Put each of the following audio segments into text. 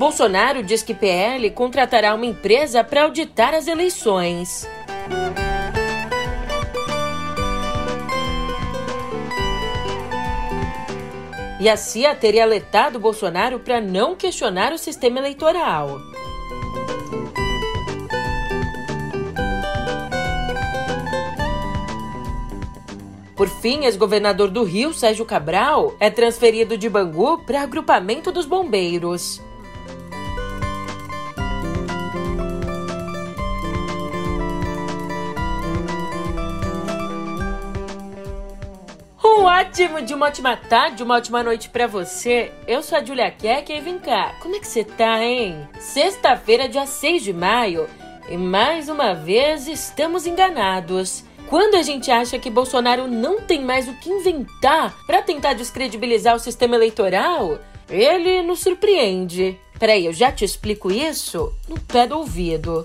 Bolsonaro diz que PL contratará uma empresa para auditar as eleições. E a CIA teria alertado Bolsonaro para não questionar o sistema eleitoral. Por fim, ex-governador do Rio, Sérgio Cabral, é transferido de Bangu para agrupamento dos bombeiros. Um ótimo dia, uma ótima tarde, uma ótima noite pra você. Eu sou a Julia Keck e vem cá, como é que você tá, hein? Sexta-feira, dia 6 de maio, e mais uma vez estamos enganados. Quando a gente acha que Bolsonaro não tem mais o que inventar pra tentar descredibilizar o sistema eleitoral, ele nos surpreende. Peraí, eu já te explico isso no pé do ouvido.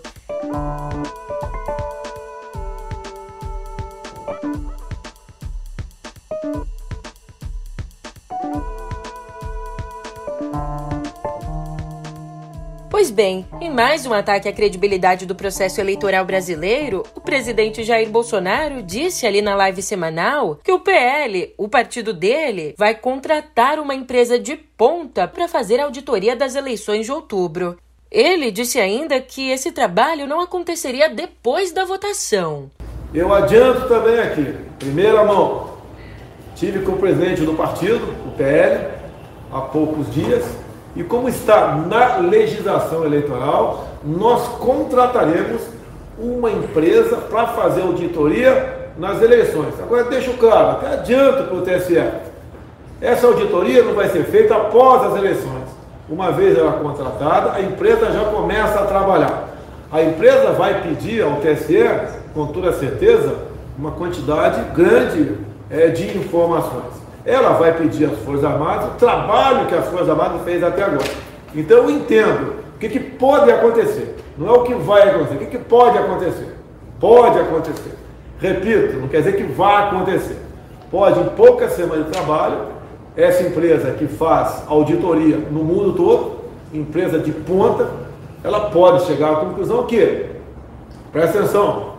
Pois bem, em mais um ataque à credibilidade do processo eleitoral brasileiro, o presidente Jair Bolsonaro disse ali na live semanal que o PL, o partido dele, vai contratar uma empresa de ponta para fazer a auditoria das eleições de outubro. Ele disse ainda que esse trabalho não aconteceria depois da votação. Eu adianto também aqui, primeira mão, tive com o presidente do partido, o PL, há poucos dias. E como está na legislação eleitoral, nós contrataremos uma empresa para fazer auditoria nas eleições. Agora deixo claro, até adianto para o TSE, essa auditoria não vai ser feita após as eleições. Uma vez ela contratada, a empresa já começa a trabalhar. A empresa vai pedir ao TSE, com toda certeza, uma quantidade grande de informações. Ela vai pedir às Forças Armadas o trabalho que as Forças Armadas fez até agora. Então eu entendo o que pode acontecer. Não é o que vai acontecer, o que pode acontecer. Pode acontecer. Repito, não quer dizer que vai acontecer. Pode, em poucas semanas de trabalho, essa empresa que faz auditoria no mundo todo, empresa de ponta, ela pode chegar à conclusão que, presta atenção,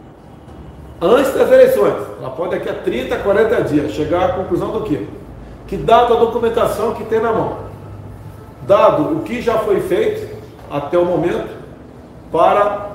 antes das eleições, ela pode daqui a 30, 40 dias chegar à conclusão do quê? Que dado a documentação que tem na mão, dado o que já foi feito até o momento, para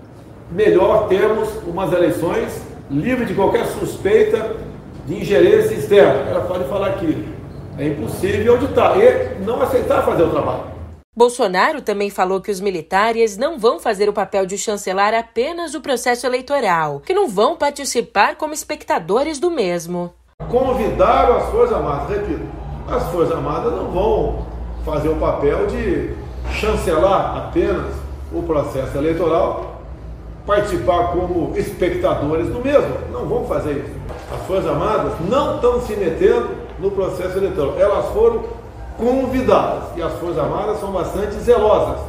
melhor termos umas eleições livres de qualquer suspeita de ingerência externa. Ela pode falar que é impossível auditar e não aceitar fazer o trabalho. Bolsonaro também falou que os militares não vão fazer o papel de chancelar apenas o processo eleitoral, que não vão participar como espectadores do mesmo. Convidaram as Forças Armadas, repito, as Forças Armadas não vão fazer o papel de chancelar apenas o processo eleitoral, participar como espectadores do mesmo, não vão fazer isso. As Forças Armadas não estão se metendo no processo eleitoral, elas foram convidadas, e as Forças Armadas são bastante zelosas.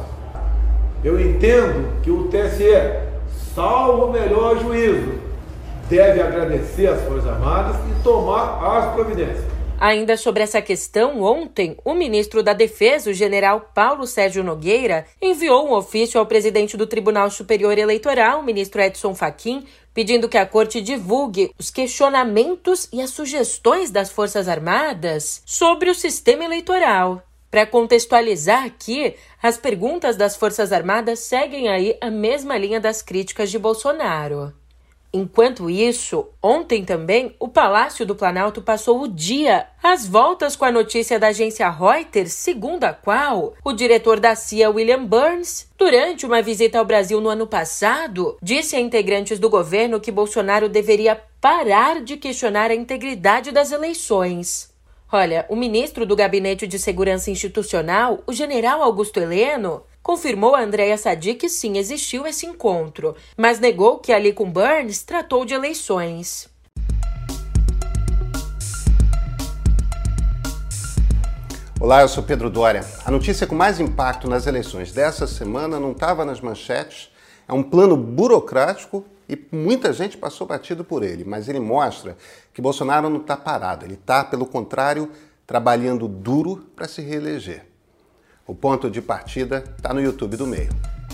Eu entendo que o TSE, salvo o melhor juízo, deve agradecer às Forças Armadas e tomar as providências. Ainda sobre essa questão, ontem, o ministro da Defesa, o general Paulo Sérgio Nogueira, enviou um ofício ao presidente do Tribunal Superior Eleitoral, o ministro Edson Fachin, pedindo que a corte divulgue os questionamentos e as sugestões das Forças Armadas sobre o sistema eleitoral. Para contextualizar aqui, as perguntas das Forças Armadas seguem aí a mesma linha das críticas de Bolsonaro. Enquanto isso, ontem também, o Palácio do Planalto passou o dia às voltas com a notícia da agência Reuters, segundo a qual o diretor da CIA, William Burns, durante uma visita ao Brasil no ano passado, disse a integrantes do governo que Bolsonaro deveria parar de questionar a integridade das eleições. Olha, o ministro do Gabinete de Segurança Institucional, o general Augusto Heleno, confirmou a Andréa Sadi que sim, existiu esse encontro, mas negou que ali com Burns tratou de eleições. Olá, eu sou Pedro Doria. A notícia com mais impacto nas eleições dessa semana não estava nas manchetes, é um plano burocrático e muita gente passou batido por ele, mas ele mostra que Bolsonaro não está parado, ele está, pelo contrário, trabalhando duro para se reeleger. O ponto de partida está no YouTube do Meio.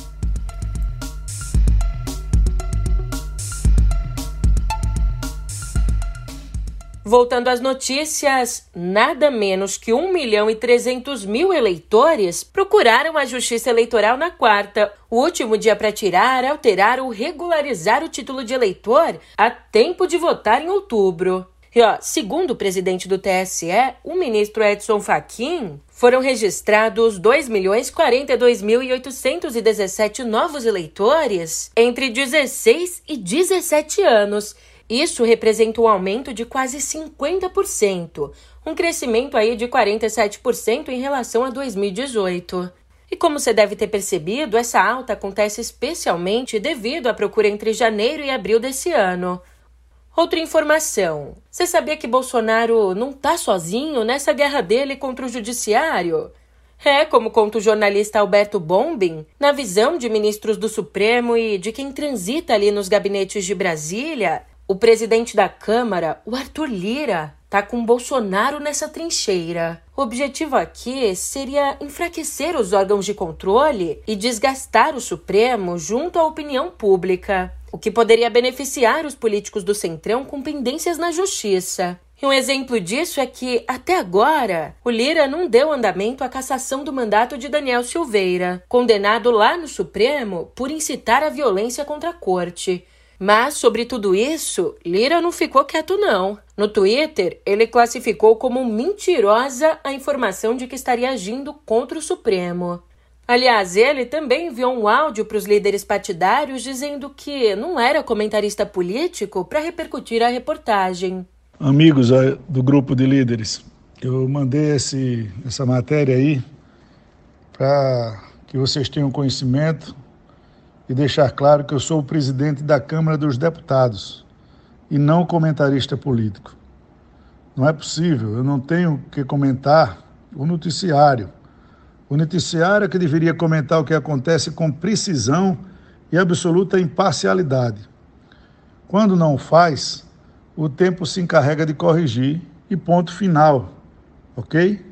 Voltando às notícias, nada menos que 1.300.000 eleitores procuraram a Justiça Eleitoral na quarta, o último dia para tirar, alterar ou regularizar o título de eleitor a tempo de votar em outubro. E, segundo o presidente do TSE, o ministro Edson Fachin, foram registrados 2.042.817 novos eleitores entre 16 e 17 anos. Isso representa um aumento de quase 50%, um crescimento aí de 47% em relação a 2018. E como você deve ter percebido, essa alta acontece especialmente devido à procura entre janeiro e abril desse ano. Outra informação, você sabia que Bolsonaro não está sozinho nessa guerra dele contra o judiciário? Como conta o jornalista Alberto Bombin, na visão de ministros do Supremo e de quem transita ali nos gabinetes de Brasília, o presidente da Câmara, o Arthur Lira, tá com Bolsonaro nessa trincheira. O objetivo aqui seria enfraquecer os órgãos de controle e desgastar o Supremo junto à opinião pública, o que poderia beneficiar os políticos do Centrão com pendências na Justiça. E um exemplo disso é que, até agora, o Lira não deu andamento à cassação do mandato de Daniel Silveira, condenado lá no Supremo por incitar a violência contra a corte. Mas, sobre tudo isso, Lira não ficou quieto não. No Twitter, ele classificou como mentirosa a informação de que estaria agindo contra o Supremo. Aliás, ele também enviou um áudio para os líderes partidários dizendo que não era comentarista político para repercutir a reportagem. Amigos do grupo de líderes, eu mandei essa matéria aí para que vocês tenham conhecimento e deixar claro que eu sou o presidente da Câmara dos Deputados e não comentarista político. Não é possível, eu não tenho que comentar o noticiário. O noticiário é que deveria comentar o que acontece com precisão e absoluta imparcialidade. Quando não o faz, o tempo se encarrega de corrigir e ponto final, ok?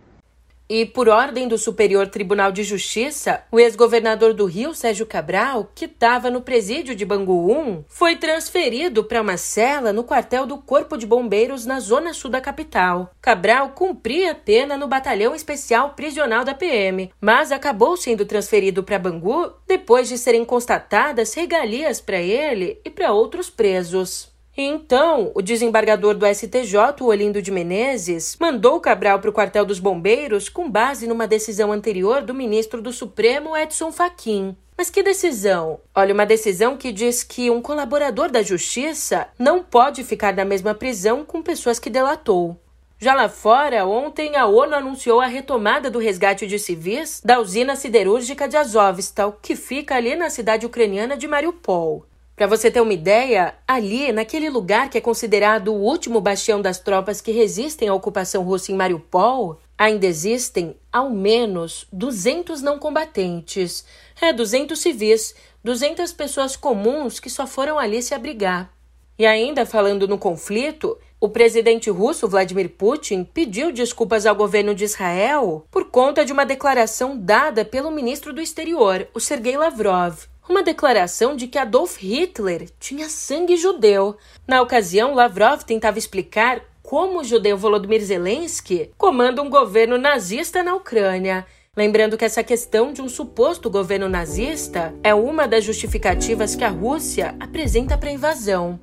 E, por ordem do Superior Tribunal de Justiça, o ex-governador do Rio, Sérgio Cabral, que estava no presídio de Bangu 1, foi transferido para uma cela no quartel do Corpo de Bombeiros na zona sul da capital. Cabral cumpria a pena no Batalhão Especial Prisional da PM, mas acabou sendo transferido para Bangu depois de serem constatadas regalias para ele e para outros presos. Então, o desembargador do STJ, o Olindo de Menezes, mandou Cabral para o quartel dos bombeiros com base numa decisão anterior do ministro do Supremo, Edson Fachin. Mas que decisão? Olha, uma decisão que diz que um colaborador da Justiça não pode ficar na mesma prisão com pessoas que delatou. Já lá fora, ontem a ONU anunciou a retomada do resgate de civis da usina siderúrgica de Azovstal, que fica ali na cidade ucraniana de Mariupol. Para você ter uma ideia, ali, naquele lugar que é considerado o último bastião das tropas que resistem à ocupação russa em Mariupol, ainda existem, ao menos, 200 não combatentes. 200 civis, 200 pessoas comuns que só foram ali se abrigar. E ainda falando no conflito, o presidente russo Vladimir Putin pediu desculpas ao governo de Israel por conta de uma declaração dada pelo ministro do Exterior, o Sergei Lavrov. Uma declaração de que Adolf Hitler tinha sangue judeu. Na ocasião, Lavrov tentava explicar como o judeu Volodymyr Zelensky comanda um governo nazista na Ucrânia. Lembrando que essa questão de um suposto governo nazista é uma das justificativas que a Rússia apresenta para a invasão.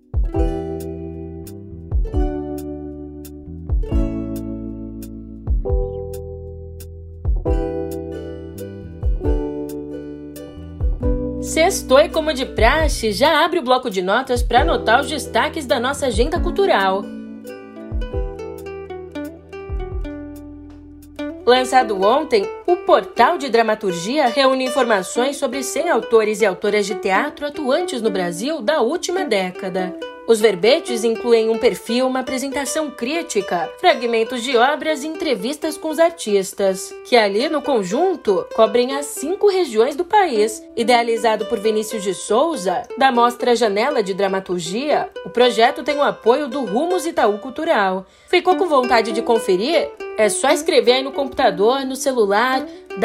Sextou e, como de praxe, já abre o bloco de notas para anotar os destaques da nossa agenda cultural. Lançado ontem, o Portal de Dramaturgia reúne informações sobre 100 autores e autoras de teatro atuantes no Brasil da última década. Os verbetes incluem um perfil, uma apresentação crítica, fragmentos de obras e entrevistas com os artistas, que ali no conjunto cobrem as 5 regiões do país. Idealizado por Vinícius de Souza, da Mostra Janela de Dramaturgia, o projeto tem o apoio do Rumos Itaú Cultural. Ficou com vontade de conferir? É só escrever aí no computador, no celular,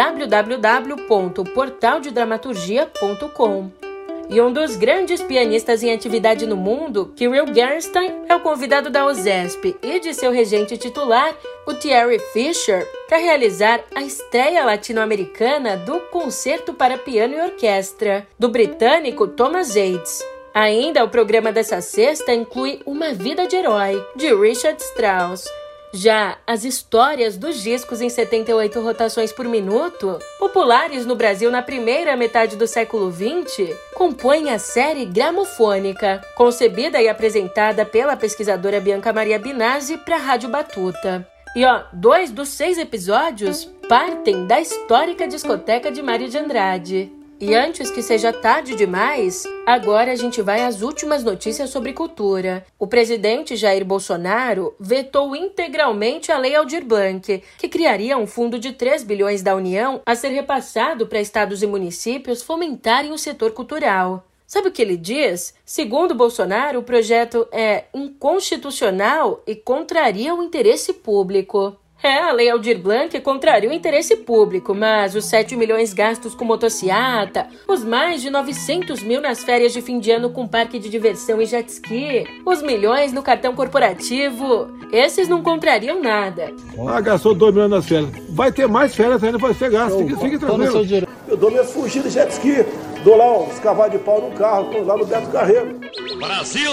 www.portaldedramaturgia.com. E um dos grandes pianistas em atividade no mundo, Kirill Gerstein, é o convidado da OSESP e de seu regente titular, o Thierry Fischer, para realizar a estreia latino-americana do Concerto para Piano e Orquestra, do britânico Thomas Yates. Ainda o programa dessa sexta inclui Uma Vida de Herói, de Richard Strauss. Já as histórias dos discos em 78 rotações por minuto, populares no Brasil na primeira metade do século XX, compõem a série Gramofônica, concebida e apresentada pela pesquisadora Bianca Maria Binazzi para a Rádio Batuta. E 2 dos 6 episódios partem da histórica discoteca de Mário de Andrade. E antes que seja tarde demais, agora a gente vai às últimas notícias sobre cultura. O presidente Jair Bolsonaro vetou integralmente a Lei Aldir Blanc, que criaria um fundo de 3 bilhões da União a ser repassado para estados e municípios fomentarem o setor cultural. Sabe o que ele diz? Segundo Bolsonaro, o projeto é inconstitucional e contraria o interesse público. A Lei Aldir Blanc contraria o interesse público, mas os 7 milhões gastos com motociata, os mais de 900 mil nas férias de fim de ano com parque de diversão e jet ski, os milhões no cartão corporativo, esses não contrariam nada. Gastou 2 milhões nas férias. Vai ter mais férias ainda para ser gasto. Fique tranquilo. Eu dou minhas fugidas de jet ski, dou lá uns cavalos de pau no carro, lá no Beto Carreiro. Brasil!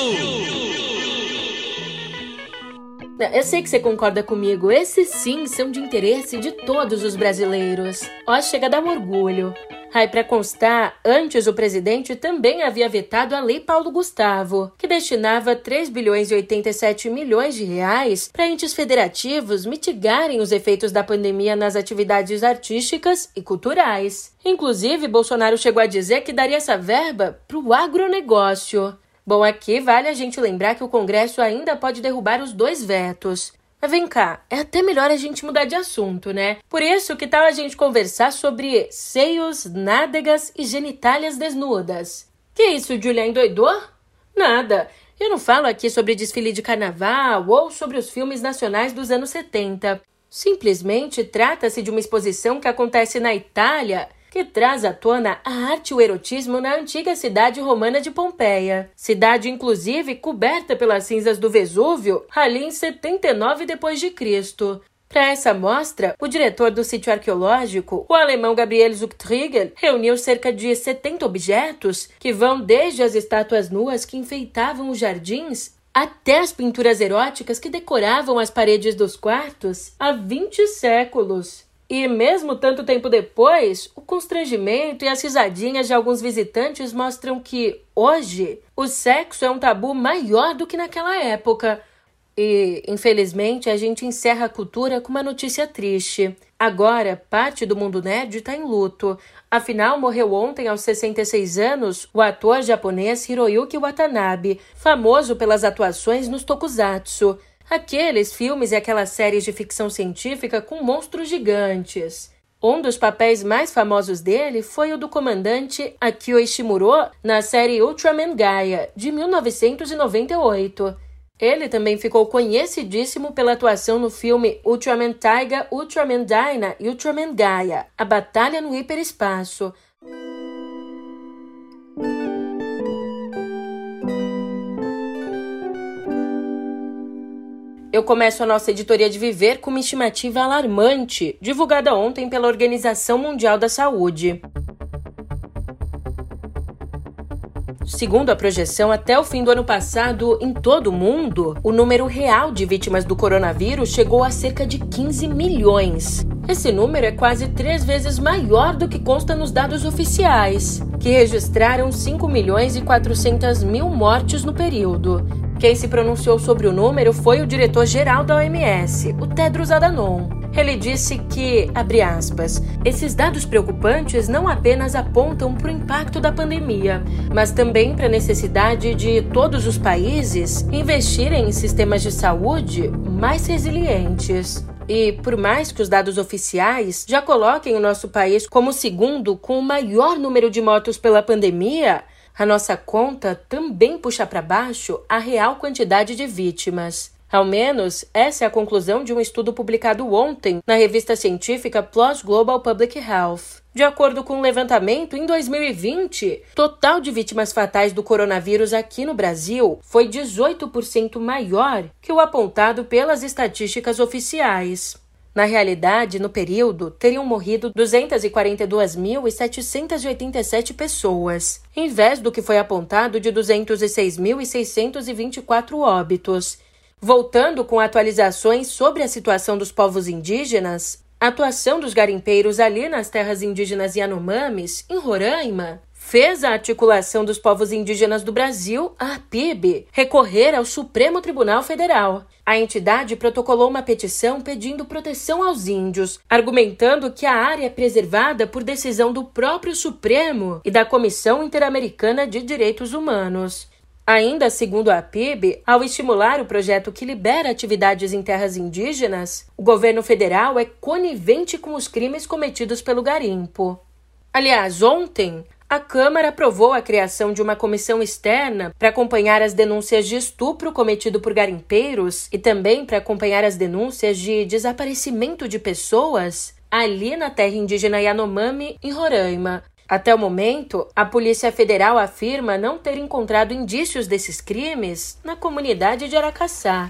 Eu sei que você concorda comigo, esses sim são de interesse de todos os brasileiros. Chega a dar um orgulho. Pra constar, antes o presidente também havia vetado a Lei Paulo Gustavo, que destinava 3 bilhões e 87 milhões de reais para entes federativos mitigarem os efeitos da pandemia nas atividades artísticas e culturais. Inclusive, Bolsonaro chegou a dizer que daria essa verba para o agronegócio. Bom, aqui vale a gente lembrar que o Congresso ainda pode derrubar os 2 vetos. Mas vem cá, é até melhor a gente mudar de assunto, né? Por isso, que tal a gente conversar sobre seios, nádegas e genitálias desnudas? Que isso, Julia, endoidou? Nada. Eu não falo aqui sobre desfile de carnaval ou sobre os filmes nacionais dos anos 70. Simplesmente trata-se de uma exposição que acontece na Itália, que traz à tona a arte e o erotismo na antiga cidade romana de Pompeia. Cidade, inclusive, coberta pelas cinzas do Vesúvio, ali em 79 d.C. Para essa mostra, o diretor do sítio arqueológico, o alemão Gabriel Zuchtriegel, reuniu cerca de 70 objetos que vão desde as estátuas nuas que enfeitavam os jardins até as pinturas eróticas que decoravam as paredes dos quartos há 20 séculos. E mesmo tanto tempo depois, o constrangimento e as risadinhas de alguns visitantes mostram que, hoje, o sexo é um tabu maior do que naquela época. E, infelizmente, a gente encerra a cultura com uma notícia triste. Agora, parte do mundo nerd está em luto. Afinal, morreu ontem, aos 66 anos, o ator japonês Hiroyuki Watanabe, famoso pelas atuações nos tokusatsu. Aqueles filmes e aquelas séries de ficção científica com monstros gigantes. Um dos papéis mais famosos dele foi o do comandante Akio Ishimuro na série Ultraman Gaia, de 1998. Ele também ficou conhecidíssimo pela atuação no filme Ultraman Taiga, Ultraman Dyna e Ultraman Gaia, A Batalha no Hiperespaço. Eu começo a nossa editoria de Viver com uma estimativa alarmante, divulgada ontem pela Organização Mundial da Saúde. Segundo a projeção, até o fim do ano passado, em todo o mundo, o número real de vítimas do coronavírus chegou a cerca de 15 milhões. Esse número é quase 3 vezes maior do que consta nos dados oficiais, que registraram 5 milhões e 400 mil mortes no período. Quem se pronunciou sobre o número foi o diretor-geral da OMS, o Tedros Adhanom. Ele disse que, abre aspas, esses dados preocupantes não apenas apontam para o impacto da pandemia, mas também para a necessidade de todos os países investirem em sistemas de saúde mais resilientes. E, por mais que os dados oficiais já coloquem o nosso país como o segundo com o maior número de mortos pela pandemia, a nossa conta também puxa para baixo a real quantidade de vítimas. Ao menos, essa é a conclusão de um estudo publicado ontem na revista científica PLOS Global Public Health. De acordo com um levantamento, em 2020, o total de vítimas fatais do coronavírus aqui no Brasil foi 18% maior que o apontado pelas estatísticas oficiais. Na realidade, no período, teriam morrido 242.787 pessoas, em vez do que foi apontado de 206.624 óbitos. Voltando com atualizações sobre a situação dos povos indígenas, a atuação dos garimpeiros ali nas terras indígenas Yanomamis, em Roraima, fez a articulação dos povos indígenas do Brasil, a APIB, recorrer ao Supremo Tribunal Federal. A entidade protocolou uma petição pedindo proteção aos índios, argumentando que a área é preservada por decisão do próprio Supremo e da Comissão Interamericana de Direitos Humanos. Ainda segundo a APIB, ao estimular o projeto que libera atividades em terras indígenas, o governo federal é conivente com os crimes cometidos pelo garimpo. Aliás, ontem, a Câmara aprovou a criação de uma comissão externa para acompanhar as denúncias de estupro cometido por garimpeiros e também para acompanhar as denúncias de desaparecimento de pessoas ali na terra indígena Yanomami, em Roraima. Até o momento, a Polícia Federal afirma não ter encontrado indícios desses crimes na comunidade de Aracaçá.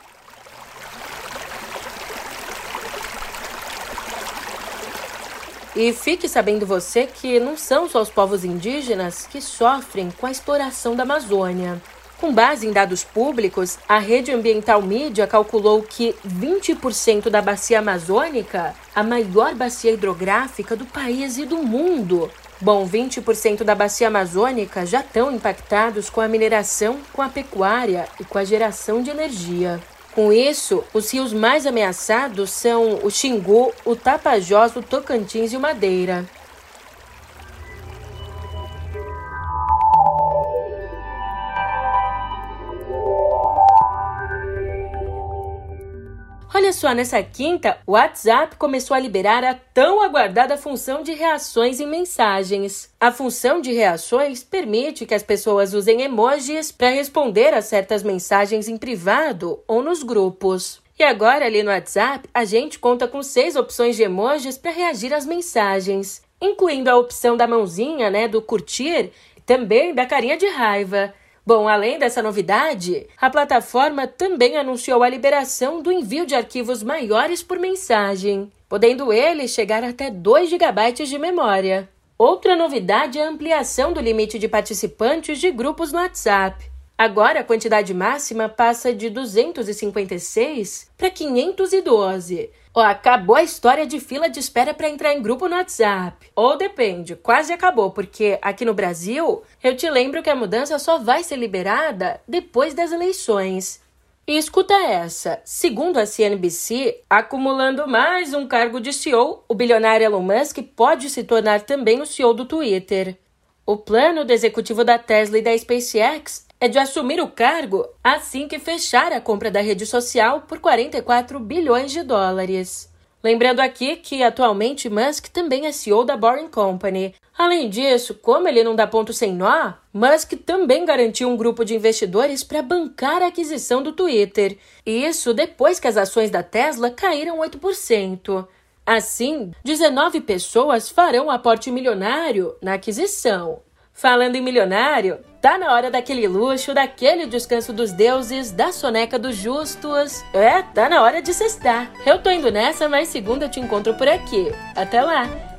E fique sabendo você que não são só os povos indígenas que sofrem com a exploração da Amazônia. Com base em dados públicos, a Rede Ambiental Mídia calculou que 20% da bacia amazônica, a maior bacia hidrográfica do país e do mundo, 20% da bacia amazônica já estão impactados com a mineração, com a pecuária e com a geração de energia. Com isso, os rios mais ameaçados são o Xingu, o Tapajós, o Tocantins e o Madeira. Olha só, nessa quinta, o WhatsApp começou a liberar a tão aguardada função de reações em mensagens. A função de reações permite que as pessoas usem emojis para responder a certas mensagens em privado ou nos grupos. E agora, ali no WhatsApp, a gente conta com 6 opções de emojis para reagir às mensagens, incluindo a opção da mãozinha, do curtir, e também da carinha de raiva. Bom, além dessa novidade, a plataforma também anunciou a liberação do envio de arquivos maiores por mensagem, podendo eles chegar até 2 GB de memória. Outra novidade é a ampliação do limite de participantes de grupos no WhatsApp. Agora a quantidade máxima passa de 256 para 512. Acabou a história de fila de espera para entrar em grupo no WhatsApp. Ou depende, quase acabou, porque aqui no Brasil, eu te lembro que a mudança só vai ser liberada depois das eleições. E escuta essa, segundo a CNBC, acumulando mais um cargo de CEO, o bilionário Elon Musk pode se tornar também o CEO do Twitter. O plano do executivo da Tesla e da SpaceX é de assumir o cargo assim que fechar a compra da rede social por 44 bilhões de dólares. Lembrando aqui que atualmente Musk também é CEO da Boring Company. Além disso, como ele não dá ponto sem nó, Musk também garantiu um grupo de investidores para bancar a aquisição do Twitter. Isso depois que as ações da Tesla caíram 8%. Assim, 19 pessoas farão um aporte milionário na aquisição. Falando em milionário, tá na hora daquele luxo, daquele descanso dos deuses, da soneca dos justos. Tá na hora de sextar. Eu tô indo nessa, mas segunda eu te encontro por aqui. Até lá!